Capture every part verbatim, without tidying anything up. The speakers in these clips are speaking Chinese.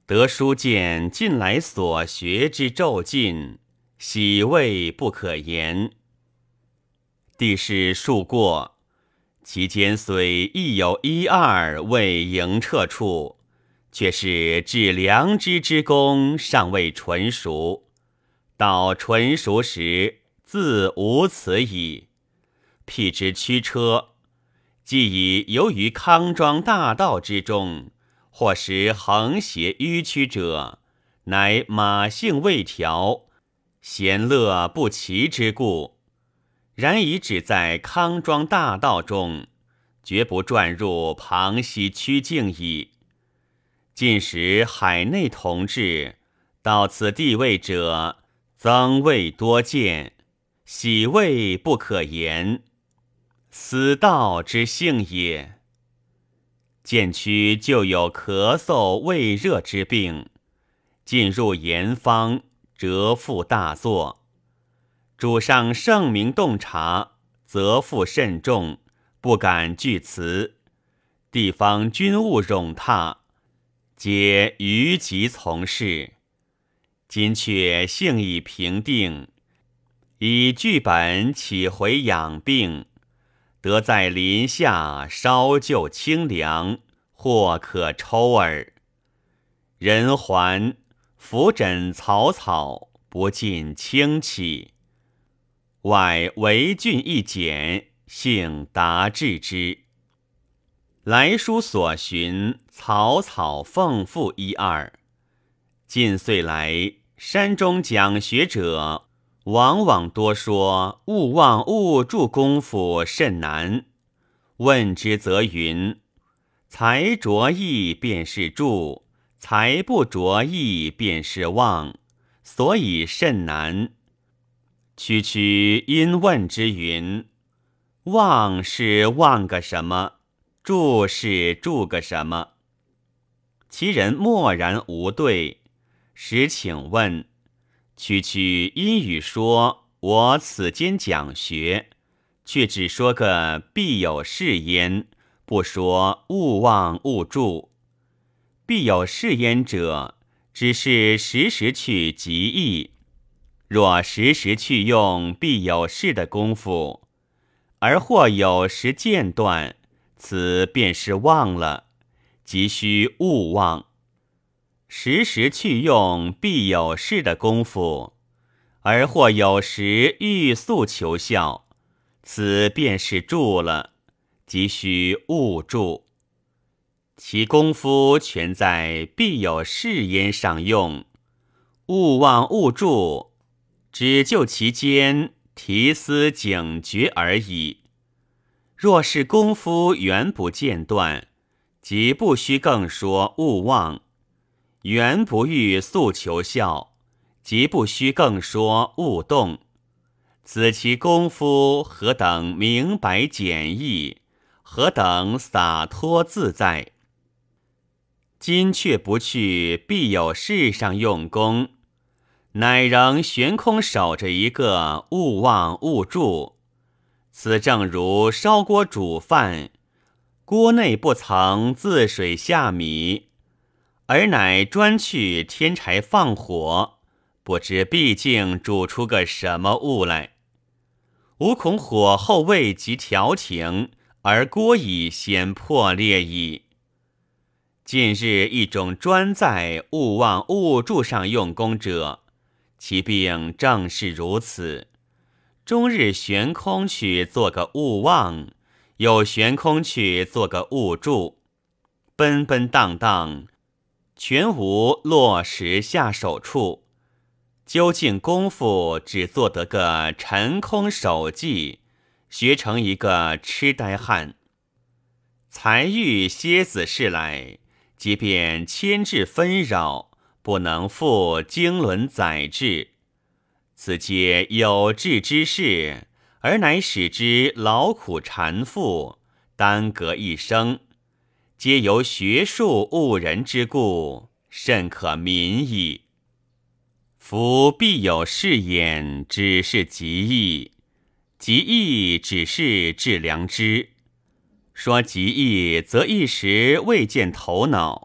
得书见近来所学之骤进，喜味不可言。帝释数过，其间虽亦有一二未盈彻处，却是治良知之功尚未纯熟，到纯熟时自无此矣。譬之驱车，既已游于康庄大道之中，或时横斜迂曲者，乃马性未调，闲乐不齐之故。然已只在康庄大道中，绝不转入旁溪曲径矣。近时海内同治，到此地位者，增味多见，喜味不可言，斯道之性也。渐趋就有咳嗽胃热之病，进入盐方，辄复大作。主上圣明洞察，则复甚重，不敢拒辞。地方军务冗沓，皆余疾从事。今却性已平定，以剧本起回养病，得在林下烧就清凉，或可抽耳。人还扶枕草草，不尽清气。外为郡一简，幸达治之。来书所寻，草草奉赋一二。近岁来，山中讲学者往往多说勿忘勿助功夫甚难。问之则云：才着意便是助，才不着意便是忘，所以甚难。区区因问之云：忘是忘个什么？助是助个什么？其人默然无对，实请问：区区因语说我此间讲学，却只说个必有是焉，不说勿忘勿助。必有是焉者，只是时时去极意。若时时去用必有事的功夫，而或有时间断，此便是忘了，即须勿忘。时时去用必有事的功夫，而或有时欲速求效，此便是助了，即须勿助。其功夫全在必有事焉上用，勿忘勿助，只就其间提思警觉而已。若是功夫原不间断，即不须更说勿忘；原不欲速求效，即不须更说勿动。此其功夫何等明白简易，何等洒脱自在！今却不去必有事上用功，乃仍悬空守着一个勿忘勿助。此正如烧锅煮饭，锅内不曾自水下米，而乃专去添柴放火，不知毕竟煮出个什么物来。无恐火候未及调停，而锅已先破裂矣。近日一种专在勿忘勿助上用功者，其病正是如此。终日悬空去做个勿忘，又悬空去做个勿助，奔奔荡荡，全无落实下手处。究竟功夫只做得个沉空手技，学成一个痴呆汉。才遇蝎子事来，即便牵制纷扰，不能复经纶载治。此皆有志之事，而乃使之劳苦缠缚，耽搁一生，皆由学术误人之故，甚可悯矣。夫必有是焉，只是极易；极易只是致良知。说极易，则一时未见头脑；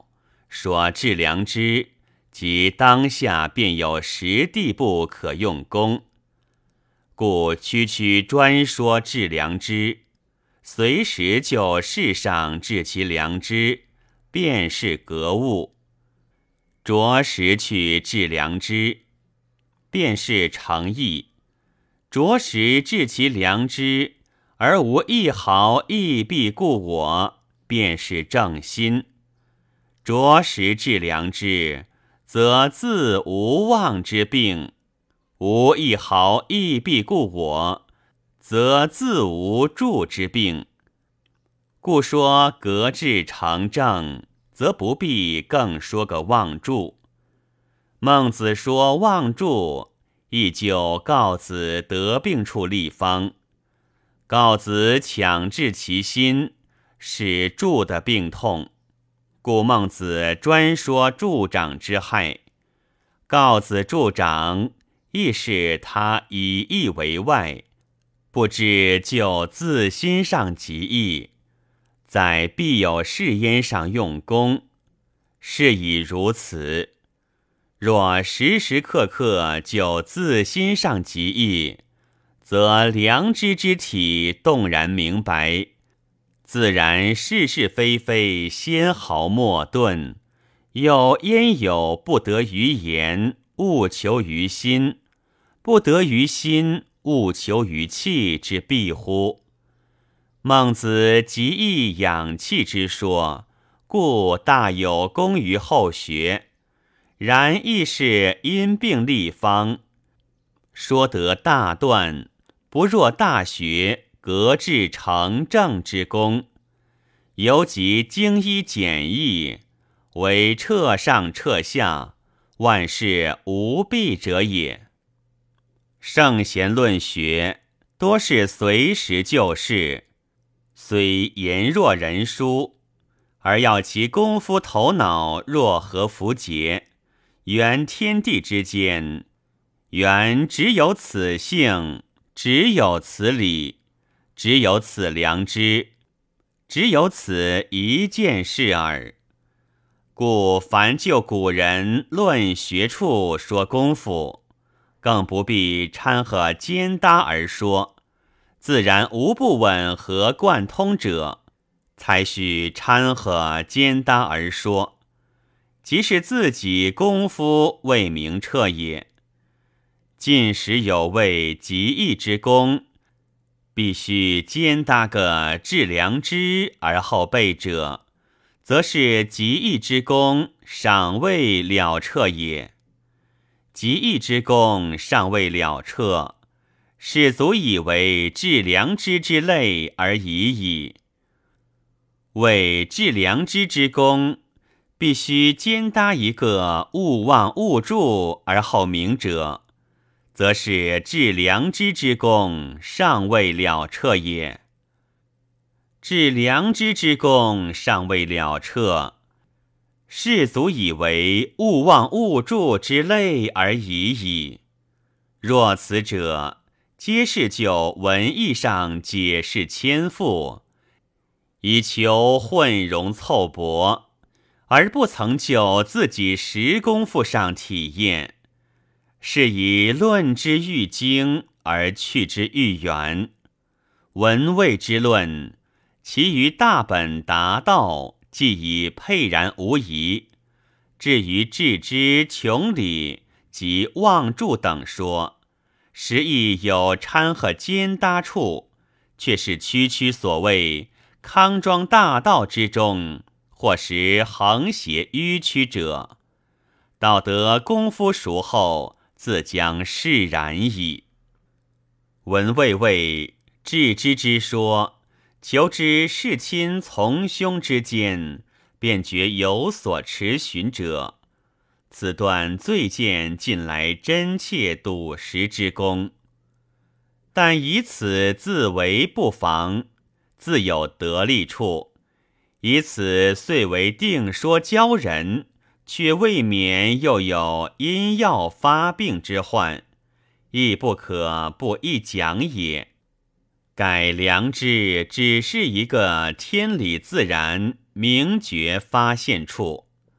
说治良知，即当下便有实地不可用功，故区区专说治良知，随时就世上治其良知，便是格物。着实去治良知，便是诚意；着实治其良知，而无一毫亦必顾我，便是正心。着实治良知，则自无妄之病；无一毫亦必顾我，则自无助之病。故说格致成正，则不必更说个妄助。孟子说妄助，亦就告子得病处立方。告子强治其心，使助的病痛，故孟子专说助长之害。告子助长，亦是他以义为外，不知就自心上极义，在必有事焉上用功，是以如此。若时时刻刻就自心上极义，则良知之体动然明白，自然是是非非先毫莫顿，又焉有不得于言，务求于心，不得于心，务求于气之必乎？孟子极易养气之说，故大有功于后学。然亦是因病立方，说得大断，不若大学格致成正之功。尤及精一简易，为彻上彻下，万事无弊者也。圣贤论学，多是随时就事，虽言若人书，而要其功夫头脑若何符节，原天地之间，原只有此性，只有此理，只有此良知，只有此一件事耳。故凡就古人论学处说功夫，更不必掺和兼搭而说，自然无不吻合贯通者，才须掺和兼搭而说，即是自己功夫未明彻也。近时有谓极义之功，必须兼搭个致良知而后备者，则是极义之功尚未了彻也。极义之功尚未了彻，士卒以为致良知之类而已矣。为致良知之功，必须兼搭一个勿忘勿助而后明者，则是致良知之功尚未了彻也。致良知之功尚未了彻，士卒以为勿忘勿助之类而已矣。若此者，皆是就文义上解释谦复，以求混容凑薄，而不曾就自己实功夫上体验，是以论之愈精而去之愈远。文谓之论，其余大本达道，既已沛然无疑。至于致知穷理及望助等说，实亦有掺和兼搭处，却是区区所谓康庄大道之中，或时横斜迂曲者，道得功夫熟后，自将释然矣。文谓谓致知之说，求知世亲从兄之间，便觉有所持循者，此段最见近来真切笃实之功。但以此自为不妨，自有得利处，以此遂为定说教人，却未免又有因药发病之患，亦不可不一讲也。改良知只是一个天理自然明觉发现处，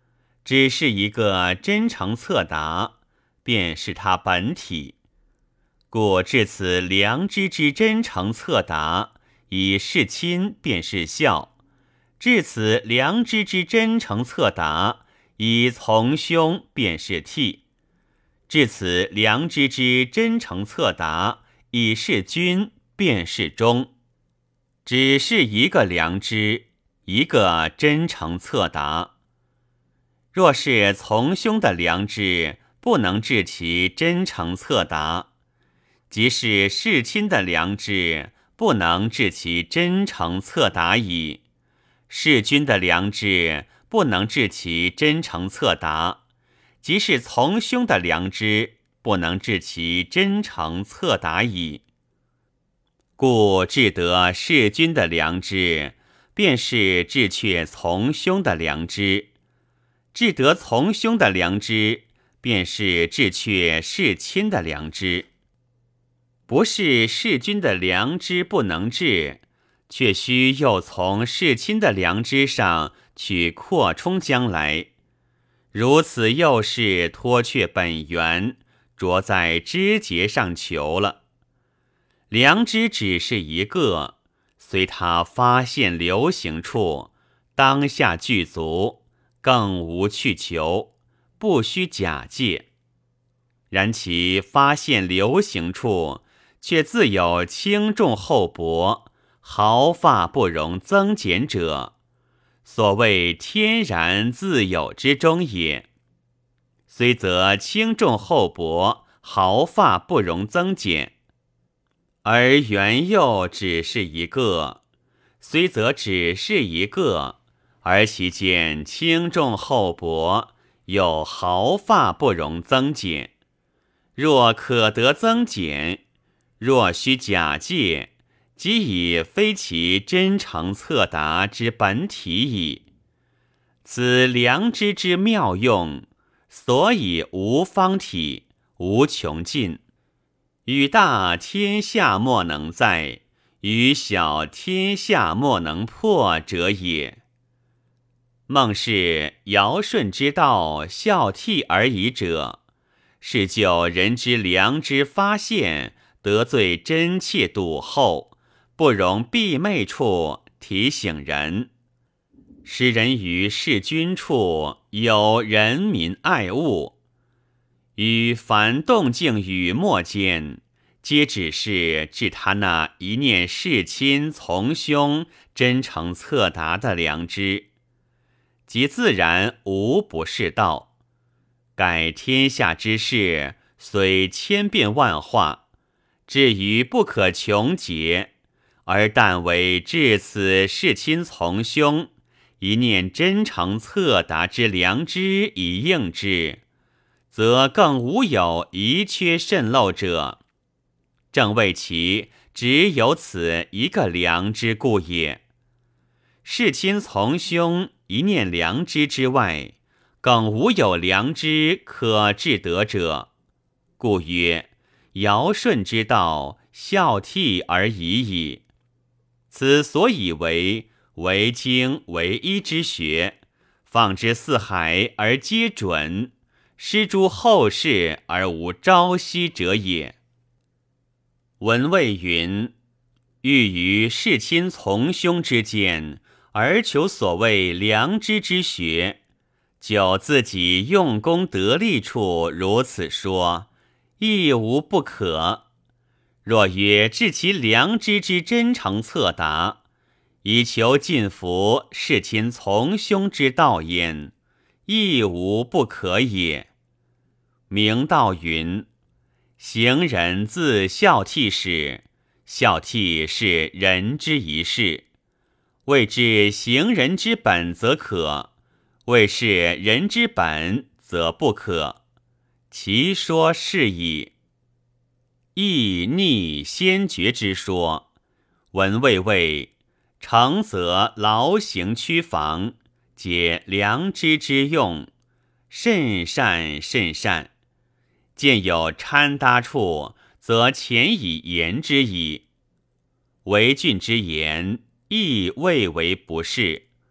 只是一个真诚测达，便是他本体。故至此良知之真诚测达，以事亲便是孝；至此良知之真诚测达，以从兄便是悌；至此良知之真诚测达，以事君便是忠。只是一个良知，一个真诚测达。若是从兄的良知不能治其真诚测达，即是事亲的良知不能治其真诚测达矣；事君的良知不能治其真诚测达，即是从兄的良知不能治其真诚测达矣。故治得事君的良知，便是治却从兄的良知；治得从兄的良知，便是治却事亲的良知。不是事君的良知不能治，却须又从事亲的良知上去扩充将来。如此又是脱却本源，着在枝节上求了。良知只是一个，随它发现流行处，当下具足，更无去求，不须假借。然其发现流行处，却自有轻重厚薄，毫发不容增减者，所谓天然自有之中也。虽则轻重厚薄，毫发不容增减，而原又只是一个，虽则只是一个，而其间轻重厚薄，有毫发不容增减。若可得增减，若须假借，即已非其真诚测达之本体矣。此良知之妙用，所以无方体，无穷尽，与大天下莫能在，与小天下莫能破者也。孟氏尧舜之道，孝悌而已者，是就人之良知发现，得罪真切笃厚，不容避昧处，提醒人，使人于事君处有人民爱物。与凡动静语默间，皆只是治他那一念事亲从兄真诚测达的良知，即自然无不是道。盖天下之事，虽千变万化，至于不可穷竭，而但为至此事亲从兄一念真诚测达之良知以应之，则更无有遗缺渗漏者，正为其只有此一个良知故也。事亲从兄一念良知之外，更无有良知可治得者，故曰尧舜之道，孝悌而已矣。此所以为为经为一之学，放之四海而皆准，施诸后世而无朝夕者也。文谓云：欲于事亲从兄之间，而求所谓良知之学，就自己用功得力处如此说，亦无不可。若曰治其良知之真诚测达，以求尽服事亲从兄之道焉，亦无不可也。明道云：行人自孝悌始，孝悌是人之一事。谓之行人之本则可，谓是人之本则不可。其说是矣。亦逆先觉之说，文谓谓诚则劳行屈防，皆良知之用，甚善甚善。见有掺搭处，则前以言之矣。为俊之言，亦未为不是，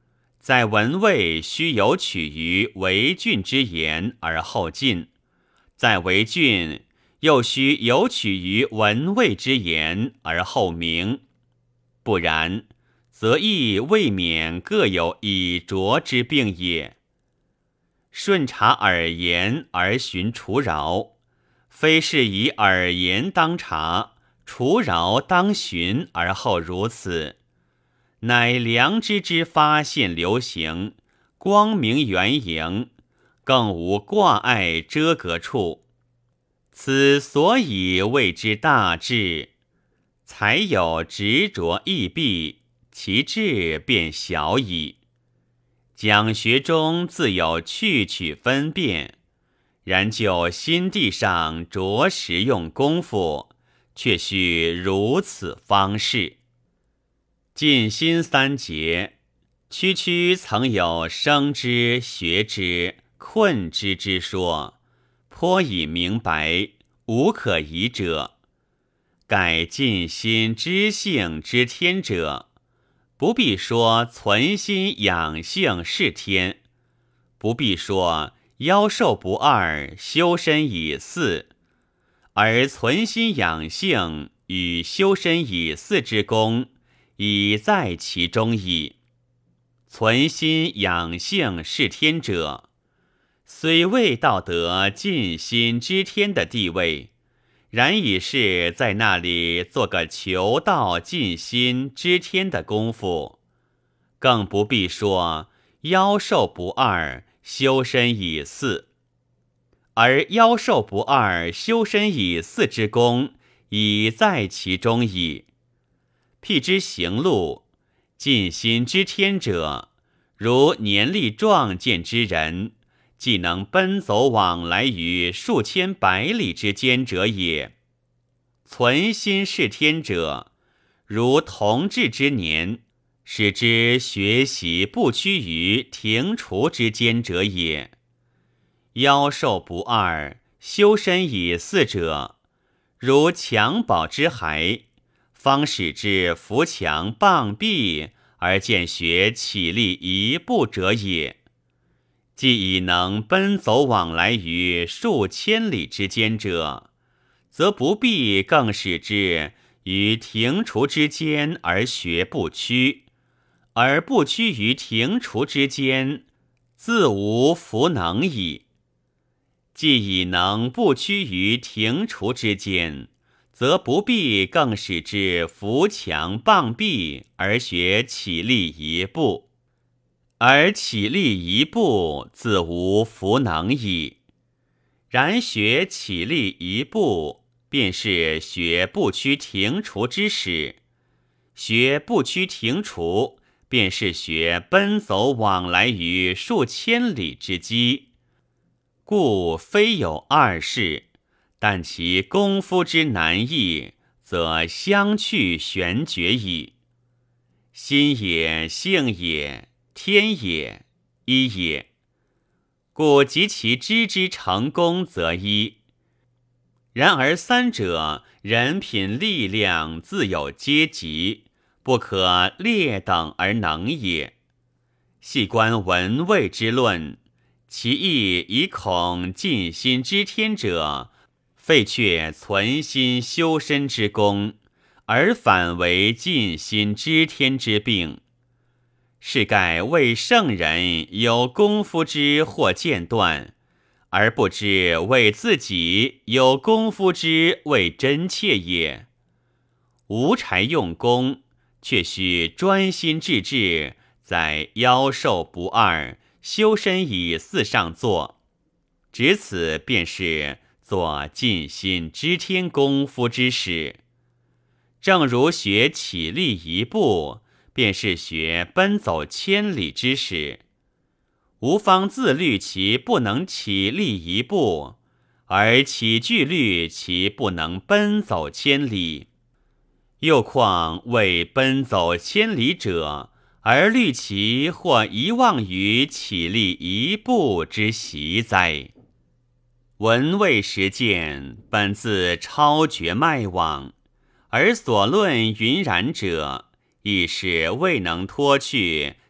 在文位须有取于为俊之言而后进，在为俊又须有取于文位之言而后明，不然，则亦未免各有以拙之病也。顺察耳言而循除饶，非是以耳言当察，除饶当循而后如此，乃良知之发现流行，光明圆盈，更无挂碍遮隔处。此所以谓之大智，才有执着易弊，其智便小矣。讲学中自有去取分辨，然就心地上着实用功夫，却须如此方式。尽心三节，区区曾有生之、学之、困之之说，颇已明白，无可疑者。盖尽心知性知天者，不必说存心养性是天，不必说夭寿不二，修身以祀，而存心养性与修身以祀之功，已在其中矣。存心养性是天者，虽未到得尽心知天的地位，然已是在那里做个求道尽心知天的功夫，更不必说夭寿不二，修身以祀，而夭寿不二，修身以祀之功，已在其中矣。譬之行路，尽心知天者，如年力壮健之人，既能奔走往来于数千百里之间者也。存心是天者，如同治之年，使之学习不屈于庭除之间者也。夭寿不二，修身以祀者，如襁褓之孩，方使之扶墙傍壁，而见学起立一步者也。既已能奔走往来于数千里之间者，则不必更使之于庭除之间而学不屈，而不屈于庭除之间，自无弗能矣。既已能不屈于庭除之间，则不必更使之扶墙傍壁而学起立一步，而起立一步自无弗能矣。然学起立一步，便是学不屈庭除之始；学不屈庭除，便是学奔走往来于数千里之机。故非有二事，但其功夫之难易，则相去玄绝矣。心也，性也，天也，一也。故及其知之成功则一。然而三者人品力量自有阶级，不可列等而能也。细观文位之论，其意以恐尽心知天者废却存心修身之功，而反为尽心知天之病。是盖为圣人有功夫之或间断，而不知为自己有功夫之谓真切也。无柴用功，却须专心致志在夭寿不二，修身以祀上做，只此便是做尽心知天功夫之始。正如学起立一步，便是学奔走千里之始。吾方自虑其不能起立一步，而起具虑其不能奔走千里，又况为奔走千里者，而虑其或遗忘于起立一步之习哉？文位实践本自超绝脉往，而所论云然者，亦是未能脱去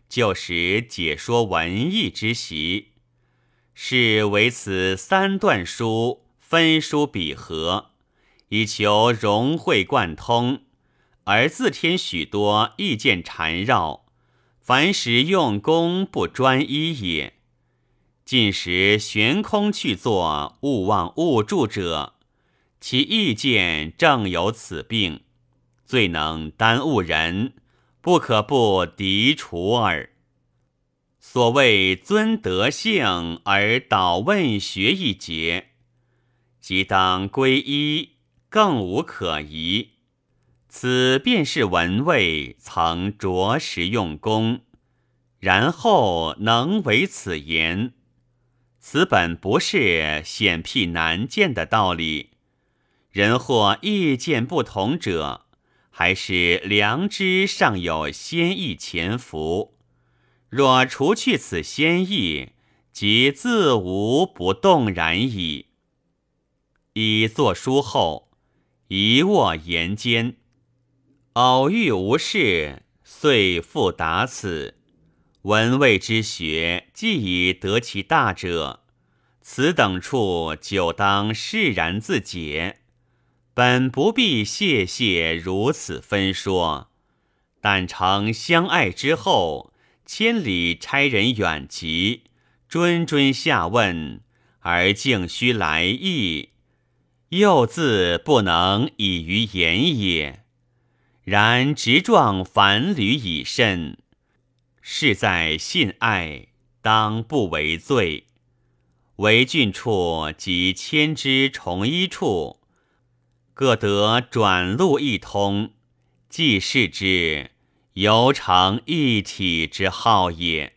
就使解说文艺之习，是为此三段书分书比合，以求融会贯通，而自添许多意见缠绕，凡时用功不专一也。近时悬空去作勿忘勿助者，其意见正有此病，最能耽误人，不可不涤除耳。所谓尊德性而导问学一节，即当归一，更无可疑。此便是文蔚曾着实用功，然后能为此言。此本不是显僻难见的道理，人或意见不同者，还是良知尚有先意潜伏。若除去此先意，即自无不动然矣。以作书后，一卧言间，偶遇无事，遂复达此。文蔚之学，既已得其大者，此等处久当释然自解，本不必谢谢如此分说。但承相爱之后，千里差人远疾，谆谆下问，而竟须来意，又自不能以于言也。然直状凡履以甚，事在信爱，当不为罪。为郡处及迁之从一处，各得转路一通，既视之，犹成一体之好也。